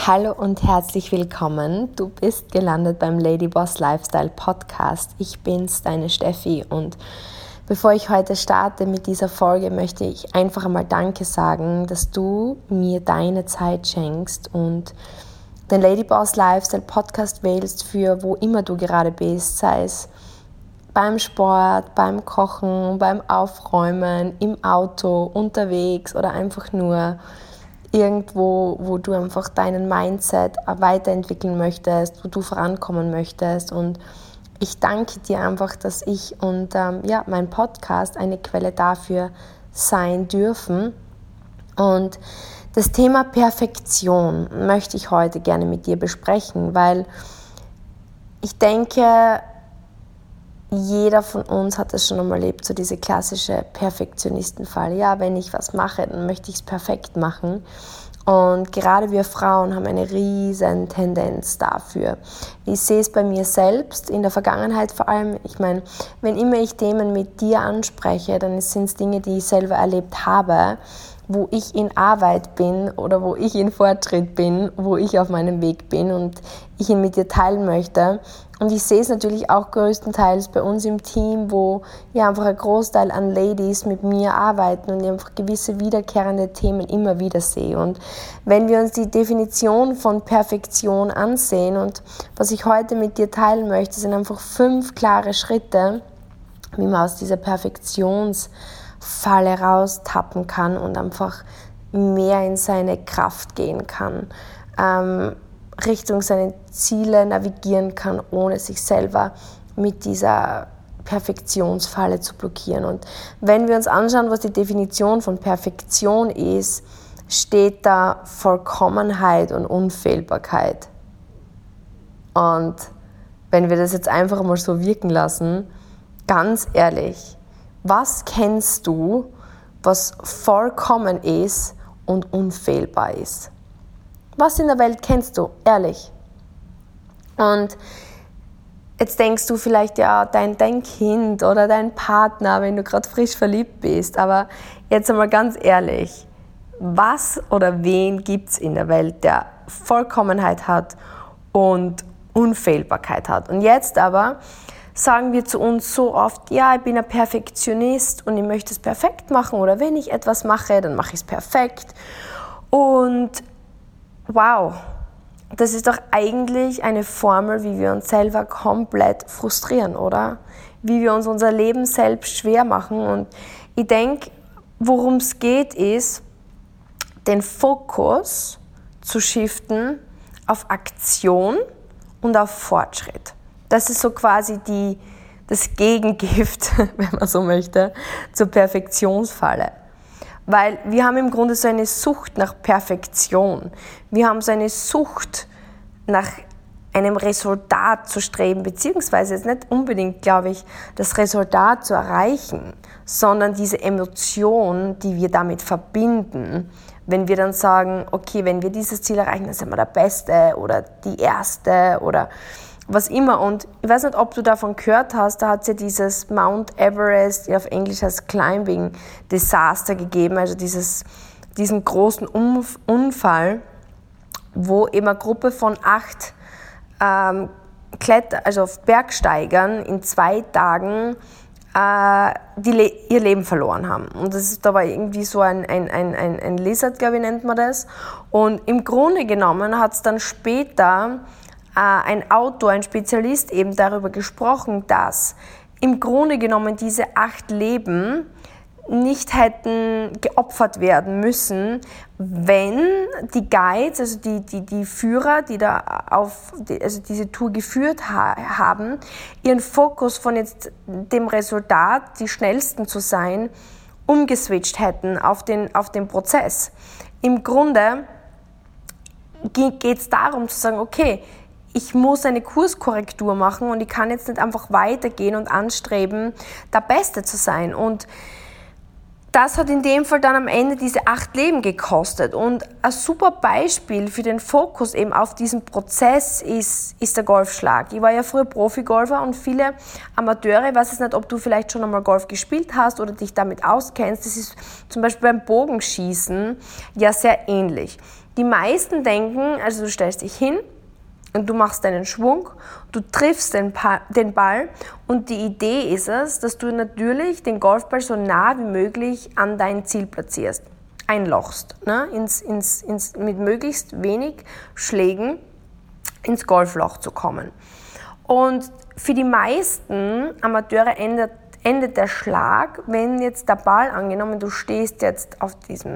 Hallo und herzlich willkommen. Du bist gelandet beim Ladyboss Lifestyle Podcast. Ich bin's, deine Steffi, und bevor ich heute starte mit dieser Folge, möchte ich einfach einmal Danke sagen, dass du mir deine Zeit schenkst und den Ladyboss Lifestyle Podcast wählst für wo immer du gerade bist, sei es beim Sport, beim Kochen, beim Aufräumen, im Auto, unterwegs oder einfach nur irgendwo, wo du einfach deinen Mindset weiterentwickeln möchtest, wo du vorankommen möchtest. Und ich danke dir einfach, dass ich und mein Podcast eine Quelle dafür sein dürfen. Und das Thema Perfektion möchte ich heute gerne mit dir besprechen, weil ich denke, jeder von uns hat es schon einmal erlebt, so diese klassische Perfektionistenfall. Ja, wenn ich was mache, dann möchte ich es perfekt machen. Und gerade wir Frauen haben eine riesen Tendenz dafür. Ich sehe es bei mir selbst, in der Vergangenheit vor allem. Ich meine, wenn immer ich Themen mit dir anspreche, dann sind es Dinge, die ich selber erlebt habe, wo ich in Arbeit bin oder wo ich in Fortschritt bin, wo ich auf meinem Weg bin und ich ihn mit dir teilen möchte. Und ich sehe es natürlich auch größtenteils bei uns im Team, wo ja einfach ein Großteil an Ladies mit mir arbeiten und ich einfach gewisse wiederkehrende Themen immer wieder sehe. Und wenn wir uns die Definition von Perfektion ansehen, und was ich heute mit dir teilen möchte, sind einfach 5 klare Schritte, wie man aus dieser Perfektionsfalle raustappen kann und einfach mehr in seine Kraft gehen kann. Richtung seine Ziele navigieren kann, ohne sich selber mit dieser Perfektionsfalle zu blockieren. Und wenn wir uns anschauen, was die Definition von Perfektion ist, steht da Vollkommenheit und Unfehlbarkeit. Und wenn wir das jetzt einfach mal so wirken lassen, ganz ehrlich, was kennst du, was vollkommen ist und unfehlbar ist? Was in der Welt kennst du, ehrlich? Und jetzt denkst du vielleicht, ja, dein Kind oder dein Partner, wenn du gerade frisch verliebt bist. Aber jetzt einmal ganz ehrlich, was oder wen gibt es in der Welt, der Vollkommenheit hat und Unfehlbarkeit hat? Und jetzt aber sagen wir zu uns so oft, ja, ich bin ein Perfektionist und ich möchte es perfekt machen. Oder wenn ich etwas mache, dann mache ich es perfekt. Und wow, das ist doch eigentlich eine Formel, wie wir uns selber komplett frustrieren, oder? Wie wir uns unser Leben selbst schwer machen. Und ich denke, worum es geht, ist, den Fokus zu shiften auf Aktion und auf Fortschritt. Das ist so quasi das Gegengift, wenn man so möchte, zur Perfektionsfalle. Weil wir haben im Grunde so eine Sucht nach Perfektion. Wir haben so eine Sucht nach einem Resultat zu streben, beziehungsweise jetzt nicht unbedingt, glaube ich, das Resultat zu erreichen, sondern diese Emotion, die wir damit verbinden, wenn wir dann sagen, okay, wenn wir dieses Ziel erreichen, dann sind wir der Beste oder die Erste oder was immer. Und ich weiß nicht, ob du davon gehört hast, da hat es ja dieses Mount Everest, auf Englisch heißt Climbing Disaster gegeben, also diesen großen Unfall, wo eben eine Gruppe von 8 Bergsteigern in 2 Tagen ihr Leben verloren haben. Und da war irgendwie so ein Lizard, glaube ich, nennt man das. Und im Grunde genommen hat es dann später ein Autor, ein Spezialist eben darüber gesprochen, dass im Grunde genommen diese 8 Leben nicht hätten geopfert werden müssen, wenn die Guides, also die Führer, die diese Tour geführt haben, ihren Fokus von jetzt dem Resultat, die Schnellsten zu sein, umgeswitcht hätten auf den Prozess. Im Grunde geht es darum zu sagen, okay, ich muss eine Kurskorrektur machen und ich kann jetzt nicht einfach weitergehen und anstreben, der Beste zu sein. Und das hat in dem Fall dann am Ende diese 8 Leben gekostet. Und ein super Beispiel für den Fokus eben auf diesen Prozess ist der Golfschlag. Ich war ja früher Profigolfer und viele Amateure, ich weiß jetzt nicht, ob du vielleicht schon einmal Golf gespielt hast oder dich damit auskennst, das ist zum Beispiel beim Bogenschießen ja sehr ähnlich. Die meisten denken, also du stellst dich hin, und du machst deinen Schwung, du triffst den Ball und die Idee ist es, dass du natürlich den Golfball so nah wie möglich an dein Ziel platzierst, einlochst, ne? Mit möglichst wenig Schlägen ins Golfloch zu kommen. Und für die meisten Amateure endet der Schlag, wenn jetzt der Ball, angenommen, du stehst jetzt auf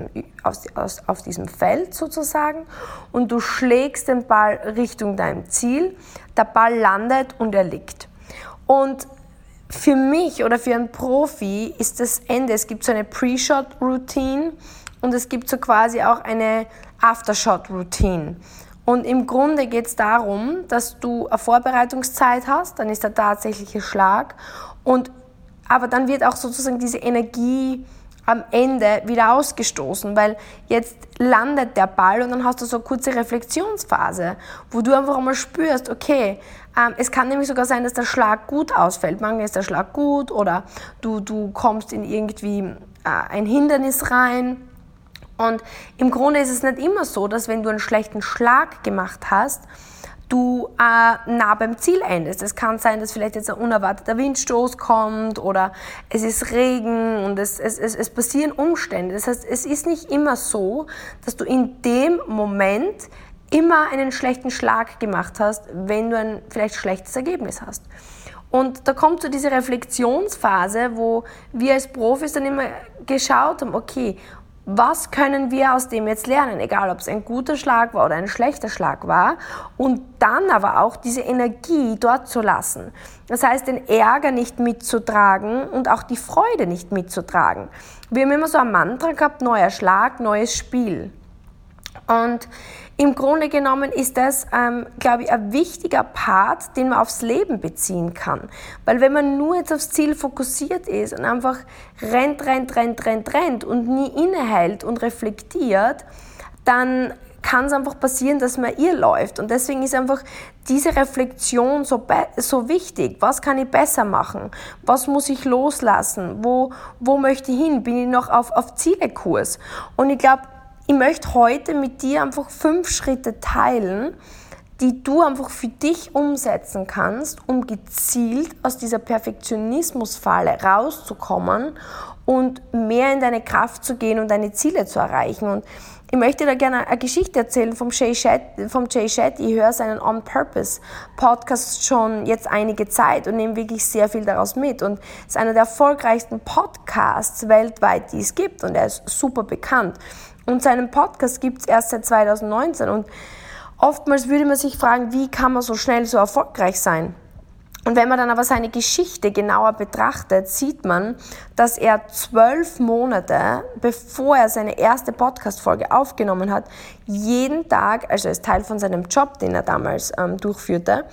diesem Feld sozusagen und du schlägst den Ball Richtung deinem Ziel, der Ball landet und er liegt. Und für mich oder für einen Profi ist das Ende, es gibt so eine Pre-Shot-Routine und es gibt so quasi auch eine After-Shot-Routine. Und im Grunde geht es darum, dass du eine Vorbereitungszeit hast, dann ist der tatsächliche Schlag aber dann wird auch sozusagen diese Energie am Ende wieder ausgestoßen, weil jetzt landet der Ball und dann hast du so eine kurze Reflexionsphase, wo du einfach einmal spürst, okay, es kann nämlich sogar sein, dass der Schlag gut ausfällt. Manchmal ist der Schlag gut oder du kommst in irgendwie ein Hindernis rein. Und im Grunde ist es nicht immer so, dass wenn du einen schlechten Schlag gemacht hast, du nah beim Ziel endest. Es kann sein, dass vielleicht jetzt ein unerwarteter Windstoß kommt oder es ist Regen und es passieren Umstände. Das heißt, es ist nicht immer so, dass du in dem Moment immer einen schlechten Schlag gemacht hast, wenn du ein vielleicht schlechtes Ergebnis hast. Und da kommt so diese Reflexionsphase, wo wir als Profis dann immer geschaut haben, okay, was können wir aus dem jetzt lernen, egal ob es ein guter Schlag war oder ein schlechter Schlag war, und dann aber auch diese Energie dort zu lassen. Das heißt, den Ärger nicht mitzutragen und auch die Freude nicht mitzutragen. Wir haben immer so ein Mantra gehabt, neuer Schlag, neues Spiel. Und im Grunde genommen ist das, glaube ich, ein wichtiger Part, den man aufs Leben beziehen kann. Weil wenn man nur jetzt aufs Ziel fokussiert ist und einfach rennt und nie innehält und reflektiert, dann kann es einfach passieren, dass man irrläuft. Und deswegen ist einfach diese Reflexion so wichtig. Was kann ich besser machen? Was muss ich loslassen? Wo möchte ich hin? Bin ich noch auf Zielekurs? Und ich glaube, ich möchte heute mit dir einfach 5 Schritte teilen, die du einfach für dich umsetzen kannst, um gezielt aus dieser Perfektionismusfalle rauszukommen und mehr in deine Kraft zu gehen und deine Ziele zu erreichen. Und ich möchte da gerne eine Geschichte erzählen vom Jay Shetty. Ich höre seinen On Purpose Podcast schon jetzt einige Zeit und nehme wirklich sehr viel daraus mit. Und es ist einer der erfolgreichsten Podcasts weltweit, die es gibt. Und er ist super bekannt. Und seinen Podcast gibt es erst seit 2019. Und oftmals würde man sich fragen, wie kann man so schnell so erfolgreich sein? Und wenn man dann aber seine Geschichte genauer betrachtet, sieht man, dass er 12 Monate, bevor er seine erste Podcast-Folge aufgenommen hat, jeden Tag, also als Teil von seinem Job, den er damals durchführte,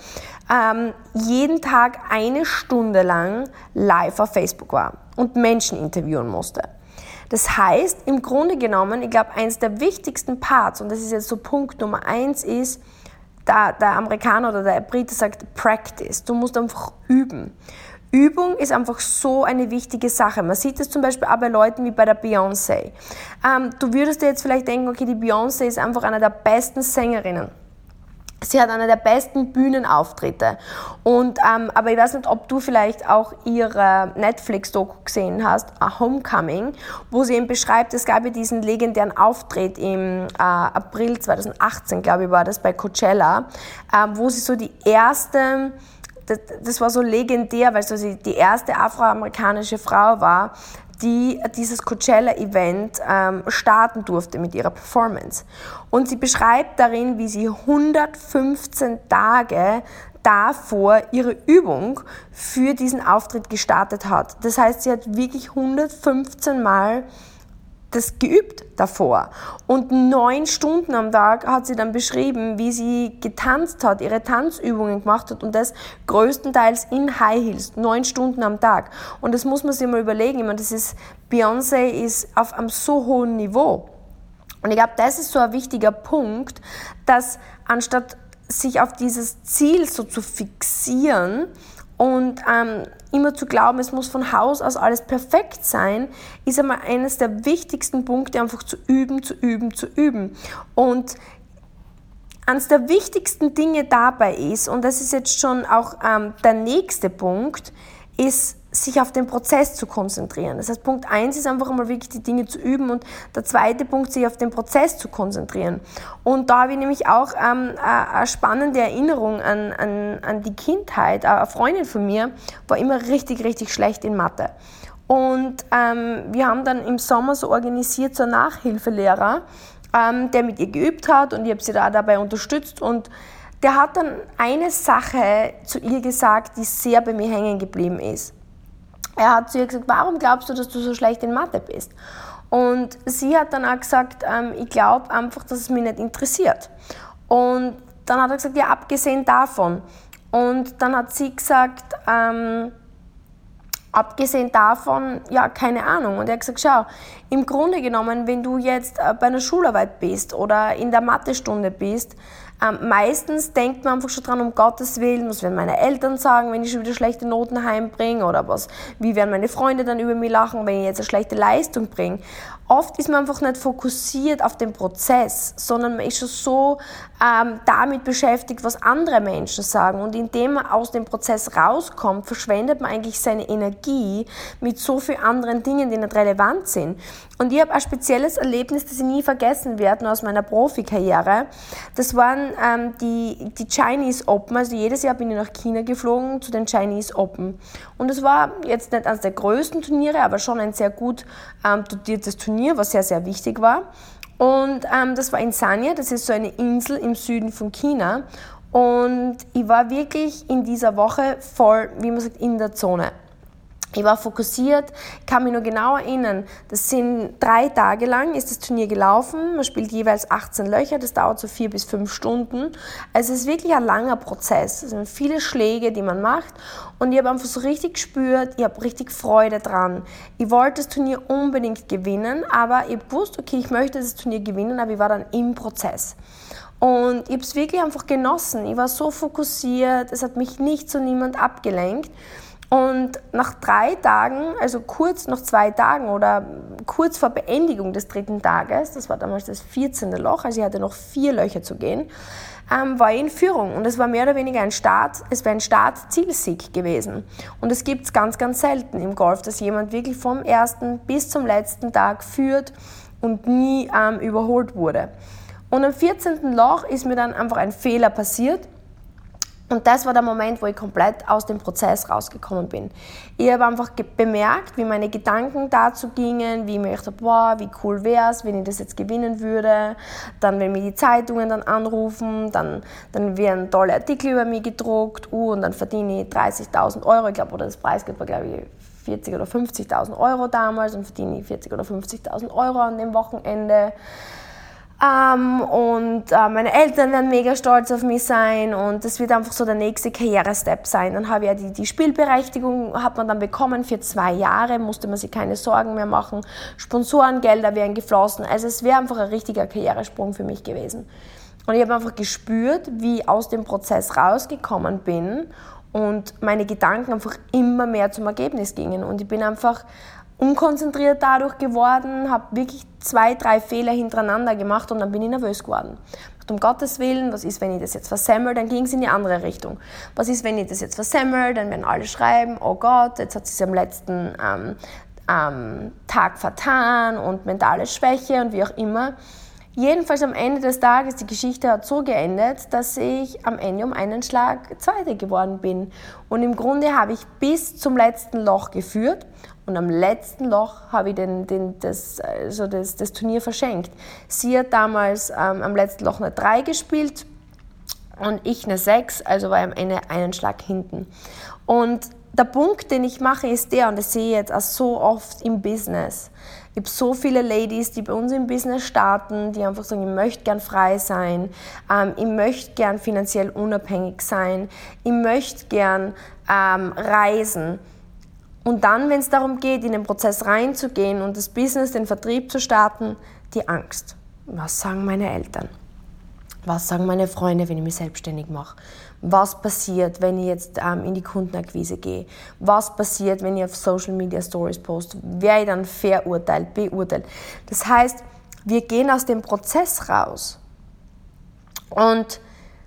jeden Tag 1 Stunde lang live auf Facebook war und Menschen interviewen musste. Das heißt, im Grunde genommen, ich glaube, eins der wichtigsten Parts, und das ist jetzt so Punkt Nummer 1, ist, der Amerikaner oder der Brite sagt Practice. Du musst einfach üben. Übung ist einfach so eine wichtige Sache. Man sieht es zum Beispiel auch bei Leuten wie bei der Beyoncé. Du würdest dir jetzt vielleicht denken, okay, die Beyoncé ist einfach eine der besten Sängerinnen. Sie hat eine der besten Bühnenauftritte. Aber ich weiß nicht, ob du vielleicht auch ihre Netflix-Doku gesehen hast, Homecoming, wo sie eben beschreibt, es gab ja diesen legendären Auftritt im April 2018, glaube ich, war das bei Coachella, wo sie so die erste, das war so legendär, weil so sie die erste afroamerikanische Frau war, die dieses Coachella-Event starten durfte mit ihrer Performance. Und sie beschreibt darin, wie sie 115 Tage davor ihre Übung für diesen Auftritt gestartet hat. Das heißt, sie hat wirklich 115 Mal das geübt davor. Und 9 Stunden am Tag hat sie dann beschrieben, wie sie getanzt hat, ihre Tanzübungen gemacht hat und das größtenteils in High Heels, 9 Stunden am Tag. Und das muss man sich mal überlegen. Ich meine, Beyoncé ist auf einem so hohen Niveau. Und ich glaube, das ist so ein wichtiger Punkt, dass anstatt sich auf dieses Ziel so zu fixieren und immer zu glauben, es muss von Haus aus alles perfekt sein, ist einmal eines der wichtigsten Punkte, einfach zu üben, zu üben, zu üben. Und eines der wichtigsten Dinge dabei ist, und das ist jetzt schon auch der nächste Punkt, ist, sich auf den Prozess zu konzentrieren. Das heißt, Punkt 1 ist einfach einmal wirklich die Dinge zu üben und der zweite Punkt, sich auf den Prozess zu konzentrieren. Und da habe ich nämlich auch eine spannende Erinnerung an die Kindheit. Eine Freundin von mir war immer richtig, richtig schlecht in Mathe. Und wir haben dann im Sommer so organisiert, so einen Nachhilfelehrer, der mit ihr geübt hat und ich habe sie da dabei unterstützt und der hat dann eine Sache zu ihr gesagt, die sehr bei mir hängen geblieben ist. Er hat zu ihr gesagt, warum glaubst du, dass du so schlecht in Mathe bist? Und sie hat dann auch gesagt, ich glaube einfach, dass es mich nicht interessiert. Und dann hat er gesagt, ja, abgesehen davon. Und dann hat sie gesagt, abgesehen davon, ja, keine Ahnung. Und er hat gesagt, schau, im Grunde genommen, wenn du jetzt bei einer Schularbeit bist oder in der Mathestunde bist, meistens denkt man einfach schon dran, um Gottes Willen, was werden meine Eltern sagen, wenn ich schon wieder schlechte Noten heimbringe oder wie werden meine Freunde dann über mich lachen, wenn ich jetzt eine schlechte Leistung bringe. Oft ist man einfach nicht fokussiert auf den Prozess, sondern man ist schon so damit beschäftigt, was andere Menschen sagen. Und indem man aus dem Prozess rauskommt, verschwendet man eigentlich seine Energie mit so vielen anderen Dingen, die nicht relevant sind. Und ich habe ein spezielles Erlebnis, das ich nie vergessen werde, aus meiner Profikarriere. Das waren die Chinese Open. Also jedes Jahr bin ich nach China geflogen zu den Chinese Open. Und es war jetzt nicht eines der größten Turniere, aber schon ein sehr gut dotiertes Turnier, was sehr, sehr wichtig war. Und das war in Sanya, das ist so eine Insel im Süden von China. Und ich war wirklich in dieser Woche voll, wie man sagt, in der Zone. Ich war fokussiert, kann mich noch genau erinnern, das sind 3 Tage lang, ist das Turnier gelaufen, man spielt jeweils 18 Löcher, das dauert so 4 bis 5 Stunden. Also es ist wirklich ein langer Prozess, es sind viele Schläge, die man macht und ich habe einfach so richtig gespürt, ich habe richtig Freude dran. Ich wollte das Turnier unbedingt gewinnen, aber ich wusste, okay, ich möchte das Turnier gewinnen, aber ich war dann im Prozess. Und ich habe es wirklich einfach genossen, ich war so fokussiert, es hat mich nicht so niemand abgelenkt. Und nach 3 Tagen, also kurz nach 2 Tagen oder kurz vor Beendigung des 3. Tages, das war damals das 14. Loch, also ich hatte noch 4 Löcher zu gehen, war ich in Führung. Und es war mehr oder weniger ein Start-Zielsieg gewesen. Und es gibt es ganz, ganz selten im Golf, dass jemand wirklich vom ersten bis zum letzten Tag führt und nie überholt wurde. Und am 14. Loch ist mir dann einfach ein Fehler passiert. Und das war der Moment, wo ich komplett aus dem Prozess rausgekommen bin. Ich habe einfach bemerkt, wie meine Gedanken dazu gingen, wie ich mir gedacht habe, wow, wie cool wäre es, wenn ich das jetzt gewinnen würde. Dann, wenn mir die Zeitungen dann anrufen, dann werden tolle Artikel über mich gedruckt und dann verdiene ich 30.000 Euro. Ich glaube, oder das Preisgeld war, glaube ich, 40.000 oder 50.000 Euro damals und verdiene ich 40.000 oder 50.000 Euro an dem Wochenende. Und meine Eltern werden mega stolz auf mich sein und das wird einfach so der nächste Karrierestep sein. Dann habe ich ja die Spielberechtigung hat man dann bekommen für 2 Jahre, musste man sich keine Sorgen mehr machen. Sponsorengelder wären geflossen, also es wäre einfach ein richtiger Karrieresprung für mich gewesen. Und ich habe einfach gespürt, wie ich aus dem Prozess rausgekommen bin und meine Gedanken einfach immer mehr zum Ergebnis gingen und ich bin einfach unkonzentriert dadurch geworden, habe wirklich 2, 3 Fehler hintereinander gemacht und dann bin ich nervös geworden. Um Gottes Willen, was ist, wenn ich das jetzt versemmel, dann ging es in die andere Richtung. Was ist, wenn ich das jetzt versemmel, dann werden alle schreiben, oh Gott, jetzt hat sie es am letzten Tag vertan und mentale Schwäche und wie auch immer. Jedenfalls am Ende des Tages, die Geschichte hat so geendet, dass ich am Ende um einen Schlag Zweite geworden bin. Und im Grunde habe ich bis zum letzten Loch geführt und am letzten Loch habe ich das Turnier verschenkt. Sie hat damals am letzten Loch eine 3 gespielt und ich eine 6, also war ich am Ende einen Schlag hinten. Und der Punkt, den ich mache, ist der, und das sehe ich jetzt auch so oft im Business. Ich habe so viele Ladies, die bei uns im Business starten, die einfach sagen, ich möchte gern frei sein, ich möchte gern finanziell unabhängig sein, ich möchte gern reisen. Und dann, wenn es darum geht, in den Prozess reinzugehen und das Business, den Vertrieb zu starten, die Angst. Was sagen meine Eltern? Was sagen meine Freunde, wenn ich mich selbstständig mache? Was passiert, wenn ich jetzt in die Kundenakquise gehe? Was passiert, wenn ich auf Social Media Stories poste? Werde ich dann verurteilt, beurteilt? Das heißt, wir gehen aus dem Prozess raus. Und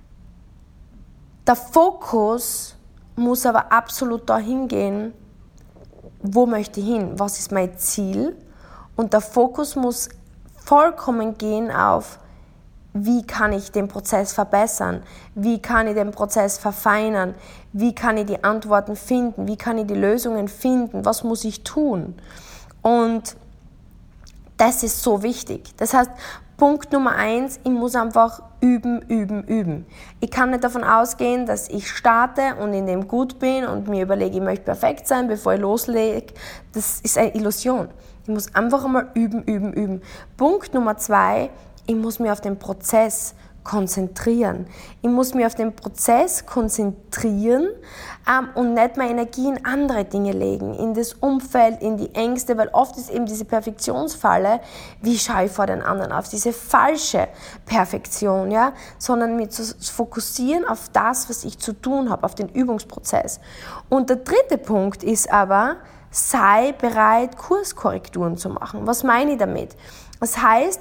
der Fokus muss aber absolut dahin gehen, wo möchte ich hin? Was ist mein Ziel? Und der Fokus muss vollkommen gehen auf, wie kann ich den Prozess verbessern? Wie kann ich den Prozess verfeinern? Wie kann ich die Antworten finden? Wie kann ich die Lösungen finden? Was muss ich tun? Und das ist so wichtig. Das heißt, Punkt Nummer 1, ich muss einfach üben, üben, üben. Ich kann nicht davon ausgehen, dass ich starte und in dem gut bin und mir überlege, ich möchte perfekt sein, bevor ich loslege. Das ist eine Illusion. Ich muss einfach einmal üben, üben, üben. Punkt Nummer 2, ich muss mich auf den Prozess konzentrieren. Ich muss mich auf den Prozess konzentrieren und nicht meine Energie in andere Dinge legen, in das Umfeld, in die Ängste, weil oft ist eben diese Perfektionsfalle, wie schaue ich vor den anderen auf, diese falsche Perfektion, ja? Sondern mich zu fokussieren auf das, was ich zu tun habe, auf den Übungsprozess. Und der dritte Punkt ist aber, sei bereit, Kurskorrekturen zu machen. Was meine ich damit? Das heißt,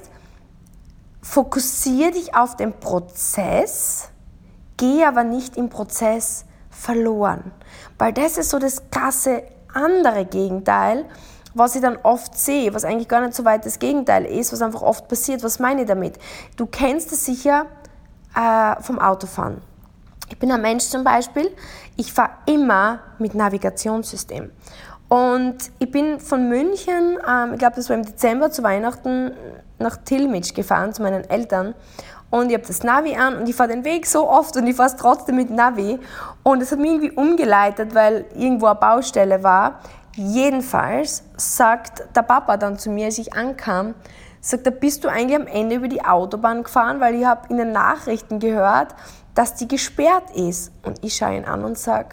fokussiere dich auf den Prozess, geh aber nicht im Prozess verloren. Weil das ist so das krasse andere Gegenteil, was ich dann oft sehe, was eigentlich gar nicht so weit das Gegenteil ist, was einfach oft passiert. Was meine ich damit? Du kennst es sicher vom Autofahren. Ich bin ein Mensch zum Beispiel, ich fahre immer mit Navigationssystem. Und ich bin von München, ich glaube, das war im Dezember zu Weihnachten, nach Tilmitsch gefahren zu meinen Eltern. Und ich habe das Navi an und ich fahre den Weg so oft und ich fahre es trotzdem mit Navi. Und es hat mich irgendwie umgeleitet, weil irgendwo eine Baustelle war. Jedenfalls sagt der Papa dann zu mir, als ich ankam, sagt er, bist du eigentlich am Ende über die Autobahn gefahren? Weil ich habe in den Nachrichten gehört, dass die gesperrt ist. Und ich schaue ihn an und sage,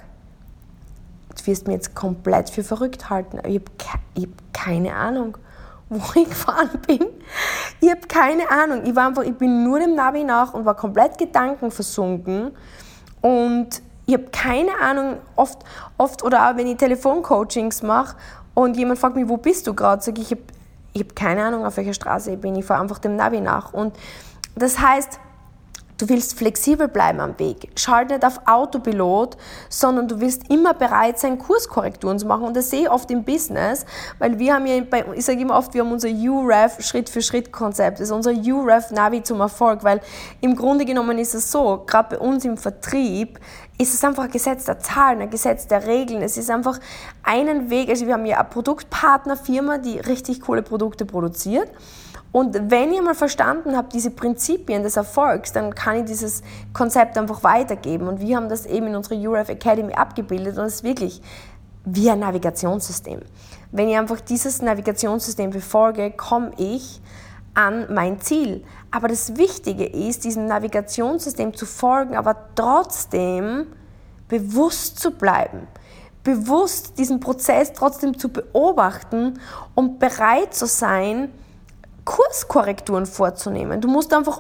du wirst mich jetzt komplett für verrückt halten. Ich habe keine Ahnung, wo ich gefahren bin. Ich habe keine Ahnung. Ich bin nur dem Navi nach und war komplett gedankenversunken. Und ich habe keine Ahnung, oft oder auch wenn ich Telefoncoachings mache und jemand fragt mich, wo bist du gerade, sage ich, ich habe keine Ahnung, auf welcher Straße ich bin. Ich fahre einfach dem Navi nach. Und das heißt, du willst flexibel bleiben am Weg. Schalt nicht auf Autopilot, sondern du willst immer bereit sein, Kurskorrekturen zu machen. Und das sehe ich oft im Business, weil wir haben ja, ich sage immer oft, wir haben unser UREF Schritt-für-Schritt-Konzept. Das ist unser UREF-Navi zum Erfolg, weil im Grunde genommen ist es so, gerade bei uns im Vertrieb, ist es einfach ein Gesetz der Zahlen, ein Gesetz der Regeln. Es ist einfach einen Weg, also wir haben ja eine Produktpartnerfirma, die richtig coole Produkte produziert. Und wenn ihr mal verstanden habt, diese Prinzipien des Erfolgs, dann kann ich dieses Konzept einfach weitergeben. Und wir haben das eben in unserer UREF Academy abgebildet und es ist wirklich wie ein Navigationssystem. Wenn ich einfach dieses Navigationssystem befolge, komme ich an mein Ziel. Aber das Wichtige ist, diesem Navigationssystem zu folgen, aber trotzdem bewusst zu bleiben. Bewusst diesen Prozess trotzdem zu beobachten und bereit zu sein, Kurskorrekturen vorzunehmen. Du musst einfach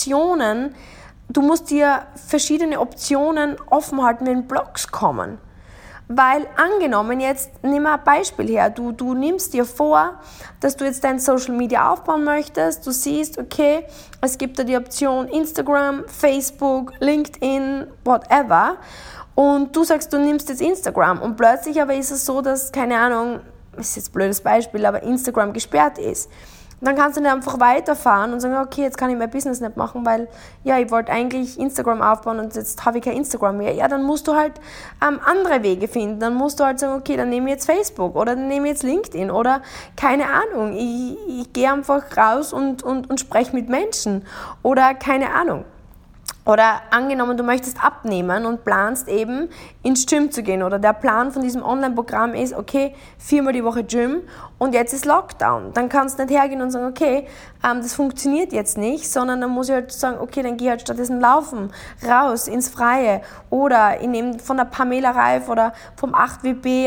du musst dir verschiedene Optionen offen halten, wenn Blogs kommen. Weil angenommen, jetzt nehmen wir ein Beispiel her, du nimmst dir vor, dass du jetzt dein Social Media aufbauen möchtest, du siehst, okay, es gibt da die Option Instagram, Facebook, LinkedIn, whatever und du sagst, du nimmst jetzt Instagram und plötzlich aber ist es so, dass, keine Ahnung, ist jetzt ein blödes Beispiel, aber Instagram gesperrt ist. Dann kannst du nicht einfach weiterfahren und sagen, okay, jetzt kann ich mein Business nicht machen, weil ja, ich wollte eigentlich Instagram aufbauen und jetzt habe ich kein Instagram mehr. Ja, dann musst du halt andere Wege finden. Dann musst du halt sagen, okay, dann nehme ich jetzt Facebook oder dann nehme ich jetzt LinkedIn oder keine Ahnung. Ich gehe einfach raus und spreche mit Menschen oder keine Ahnung. Oder angenommen, du möchtest abnehmen und planst eben ins Gym zu gehen. Oder der Plan von diesem Online-Programm ist, okay, 4-mal die Woche Gym und jetzt ist Lockdown. Dann kannst du nicht hergehen und sagen, okay, das funktioniert jetzt nicht, sondern dann muss ich halt sagen, okay, dann geh halt stattdessen laufen, raus ins Freie. Oder ich nehme von der Pamela Reif oder vom 8WB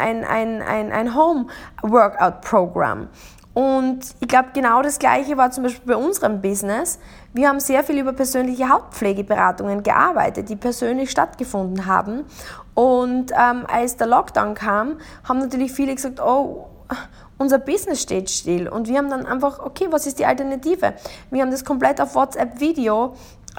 ein Home-Workout-Programm. Und ich glaube, genau das Gleiche war zum Beispiel bei unserem Business. Wir haben sehr viel über persönliche Hautpflegeberatungen gearbeitet, die persönlich stattgefunden haben. Und als der Lockdown kam, haben natürlich viele gesagt, oh, unser Business steht still. Und wir haben dann einfach, okay, was ist die Alternative? Wir haben das komplett auf WhatsApp-Video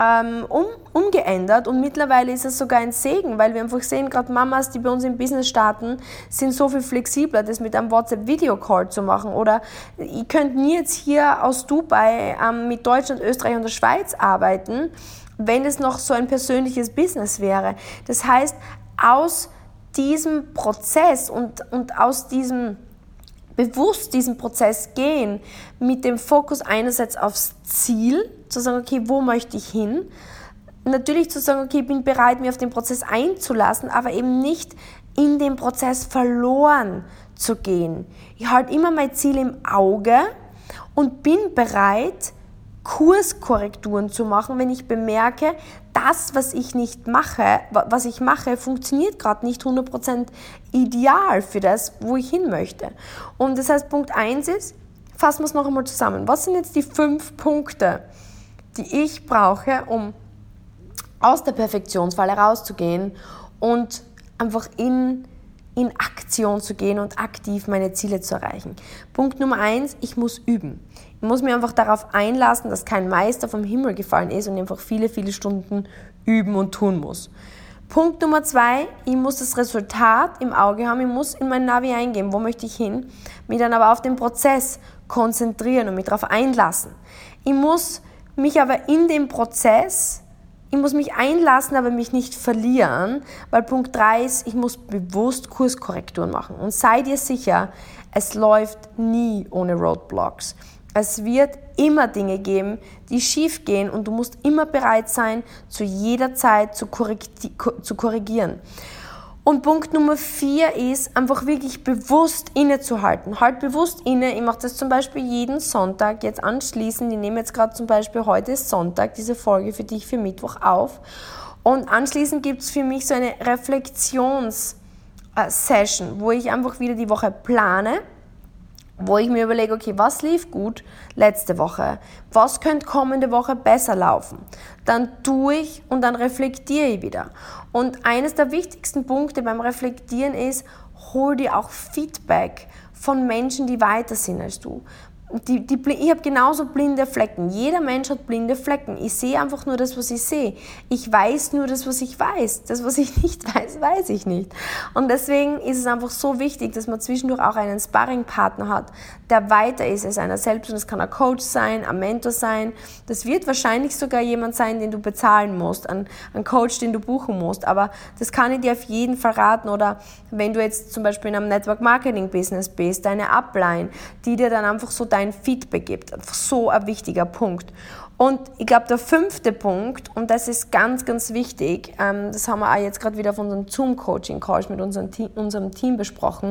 umgeändert und mittlerweile ist es sogar ein Segen, weil wir einfach sehen, gerade Mamas, die bei uns im Business starten, sind so viel flexibler, das mit einem WhatsApp-Video-Call zu machen. Oder ihr könnt nie jetzt hier aus Dubai mit Deutschland, Österreich und der Schweiz arbeiten, wenn es noch so ein persönliches Business wäre. Das heißt, aus diesem Prozess und aus diesem bewusst diesen Prozess gehen, mit dem Fokus einerseits aufs Ziel, zu sagen, okay, wo möchte ich hin? Natürlich zu sagen, okay, ich bin bereit, mich auf den Prozess einzulassen, aber eben nicht in dem Prozess verloren zu gehen. Ich halte immer mein Ziel im Auge und bin bereit, Kurskorrekturen zu machen, wenn ich bemerke, das, was ich mache, funktioniert gerade nicht 100% ideal für das, wo ich hin möchte. Und das heißt, Punkt 1 ist, fassen wir es noch einmal zusammen. Was sind jetzt die 5 Punkte, die ich brauche, um aus der Perfektionsfalle rauszugehen und einfach in Aktion zu gehen und aktiv meine Ziele zu erreichen? Punkt Nummer 1, ich muss üben. Ich muss mich einfach darauf einlassen, dass kein Meister vom Himmel gefallen ist und einfach viele, viele Stunden üben und tun muss. Punkt Nummer 2, ich muss das Resultat im Auge haben, ich muss in mein Navi eingeben, wo möchte ich hin, mich dann aber auf den Prozess konzentrieren und mich darauf einlassen. Ich muss mich aber in dem Prozess, ich muss mich einlassen, aber mich nicht verlieren, weil Punkt 3 ist, ich muss bewusst Kurskorrekturen machen. Und sei dir sicher, es läuft nie ohne Roadblocks. Es wird immer Dinge geben, die schief gehen und du musst immer bereit sein, zu jeder Zeit zu korrigieren. Und Punkt Nummer 4 ist, einfach wirklich bewusst innezuhalten. Halt bewusst inne. Ich mache das zum Beispiel jeden Sonntag jetzt anschließend. Ich nehme jetzt gerade zum Beispiel, heute ist Sonntag, diese Folge für dich für Mittwoch auf. Und anschließend gibt es für mich so eine Reflexions-Session, wo ich einfach wieder die Woche plane, wo ich mir überlege, okay, was lief gut letzte Woche? Was könnte kommende Woche besser laufen? Dann tue ich und dann reflektiere ich wieder. Und eines der wichtigsten Punkte beim Reflektieren ist, hol dir auch Feedback von Menschen, die weiter sind als du. Ich habe genauso blinde Flecken. Jeder Mensch hat blinde Flecken. Ich sehe einfach nur das, was ich sehe. Ich weiß nur das, was ich weiß. Das, was ich nicht weiß, weiß ich nicht. Und deswegen ist es einfach so wichtig, dass man zwischendurch auch einen Sparringpartner hat, der weiter ist als einer selbst. Und das kann ein Coach sein, ein Mentor sein. Das wird wahrscheinlich sogar jemand sein, den du bezahlen musst, ein Coach, den du buchen musst. Aber das kann ich dir auf jeden Fall raten. Oder wenn du jetzt zum Beispiel in einem Network-Marketing-Business bist, deine Upline, die dir dann einfach so dein Feedback gibt. Einfach so ein wichtiger Punkt. Und ich glaube, der 5. Punkt, und das ist ganz, ganz wichtig, das haben wir auch jetzt gerade wieder auf unseren Zoom-Coaching-Calls mit unserem Team besprochen,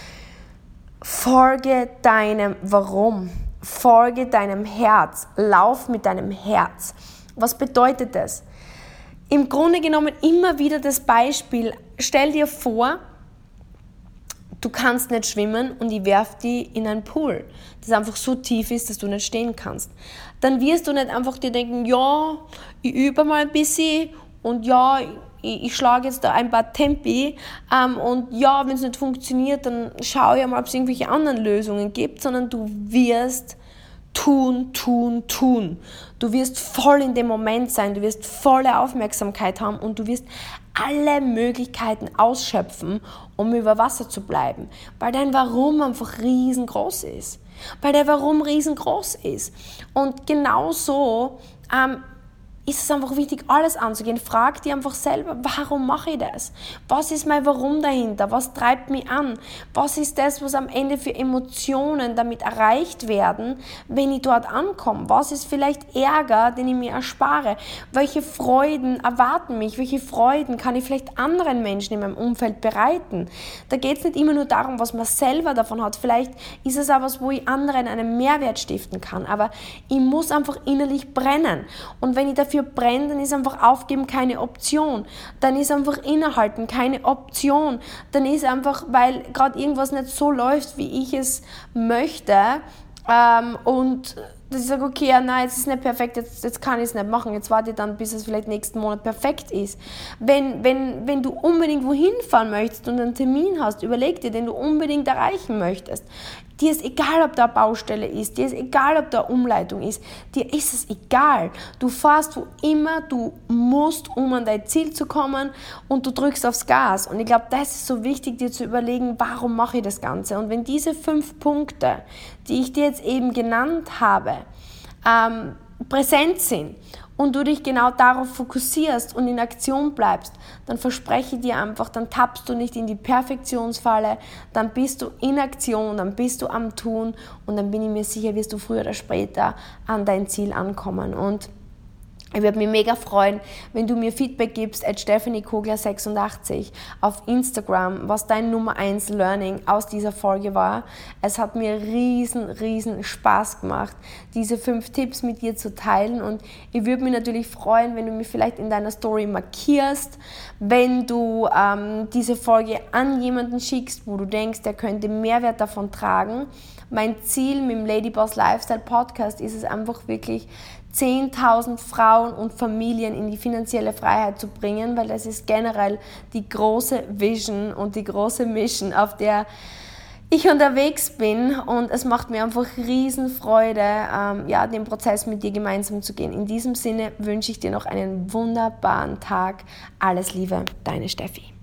folge deinem Warum, folge deinem Herz, lauf mit deinem Herz. Was bedeutet das? Im Grunde genommen immer wieder das Beispiel, stell dir vor, du kannst nicht schwimmen und ich werfe dich in einen Pool, das einfach so tief ist, dass du nicht stehen kannst. Dann wirst du nicht einfach dir denken, ja, ich übe mal ein bisschen und ja, ich schlage jetzt da ein paar Tempi und ja, wenn es nicht funktioniert, dann schaue ich mal, ob es irgendwelche anderen Lösungen gibt, sondern du wirst tun. Du wirst voll in dem Moment sein, du wirst volle Aufmerksamkeit haben und du wirst alle Möglichkeiten ausschöpfen, um über Wasser zu bleiben, weil dein Warum einfach riesengroß ist. Und genauso ist es einfach wichtig, alles anzugehen. Frag dir einfach selber, warum mache ich das? Was ist mein Warum dahinter? Was treibt mich an? Was ist das, was am Ende für Emotionen damit erreicht werden, wenn ich dort ankomme? Was ist vielleicht Ärger, den ich mir erspare? Welche Freuden erwarten mich? Welche Freuden kann ich vielleicht anderen Menschen in meinem Umfeld bereiten? Da geht es nicht immer nur darum, was man selber davon hat. Vielleicht ist es auch was, wo ich anderen einen Mehrwert stiften kann. Aber ich muss einfach innerlich brennen. Und wenn ich dafür brenne, dann ist einfach Aufgeben keine Option. Dann ist einfach Innehalten keine Option. Dann ist einfach, weil gerade irgendwas nicht so läuft, wie ich es möchte, und dass ich sage, okay, ja, nein, jetzt ist es nicht perfekt, jetzt kann ich es nicht machen, jetzt warte ich dann, bis es vielleicht nächsten Monat perfekt ist. Wenn du unbedingt wohin fahren möchtest und einen Termin hast, überleg dir, den du unbedingt erreichen möchtest. Dir ist egal, ob da eine Baustelle ist, dir ist egal, ob da eine Umleitung ist, dir ist es egal. Du fährst wo immer du musst, um an dein Ziel zu kommen, und du drückst aufs Gas. Und ich glaube, das ist so wichtig, dir zu überlegen, warum mache ich das Ganze? Und wenn diese 5 Punkte, die ich dir jetzt eben genannt habe, präsent sind und du dich genau darauf fokussierst und in Aktion bleibst, dann verspreche ich dir einfach, dann tappst du nicht in die Perfektionsfalle, dann bist du in Aktion, dann bist du am Tun, und dann bin ich mir sicher, wirst du früher oder später an dein Ziel ankommen. Und ich würde mich mega freuen, wenn du mir Feedback gibst @stephaniekogler86 auf Instagram, was dein Nummer 1 Learning aus dieser Folge war. Es hat mir riesen Spaß gemacht, diese 5 Tipps mit dir zu teilen, und ich würde mich natürlich freuen, wenn du mich vielleicht in deiner Story markierst, wenn du diese Folge an jemanden schickst, wo du denkst, der könnte Mehrwert davon tragen. Mein Ziel mit dem Ladyboss Lifestyle Podcast ist es einfach wirklich, 10.000 Frauen und Familien in die finanzielle Freiheit zu bringen, weil das ist generell die große Vision und die große Mission, auf der ich unterwegs bin, und es macht mir einfach riesen Freude, den Prozess mit dir gemeinsam zu gehen. In diesem Sinne wünsche ich dir noch einen wunderbaren Tag. Alles Liebe, deine Steffi.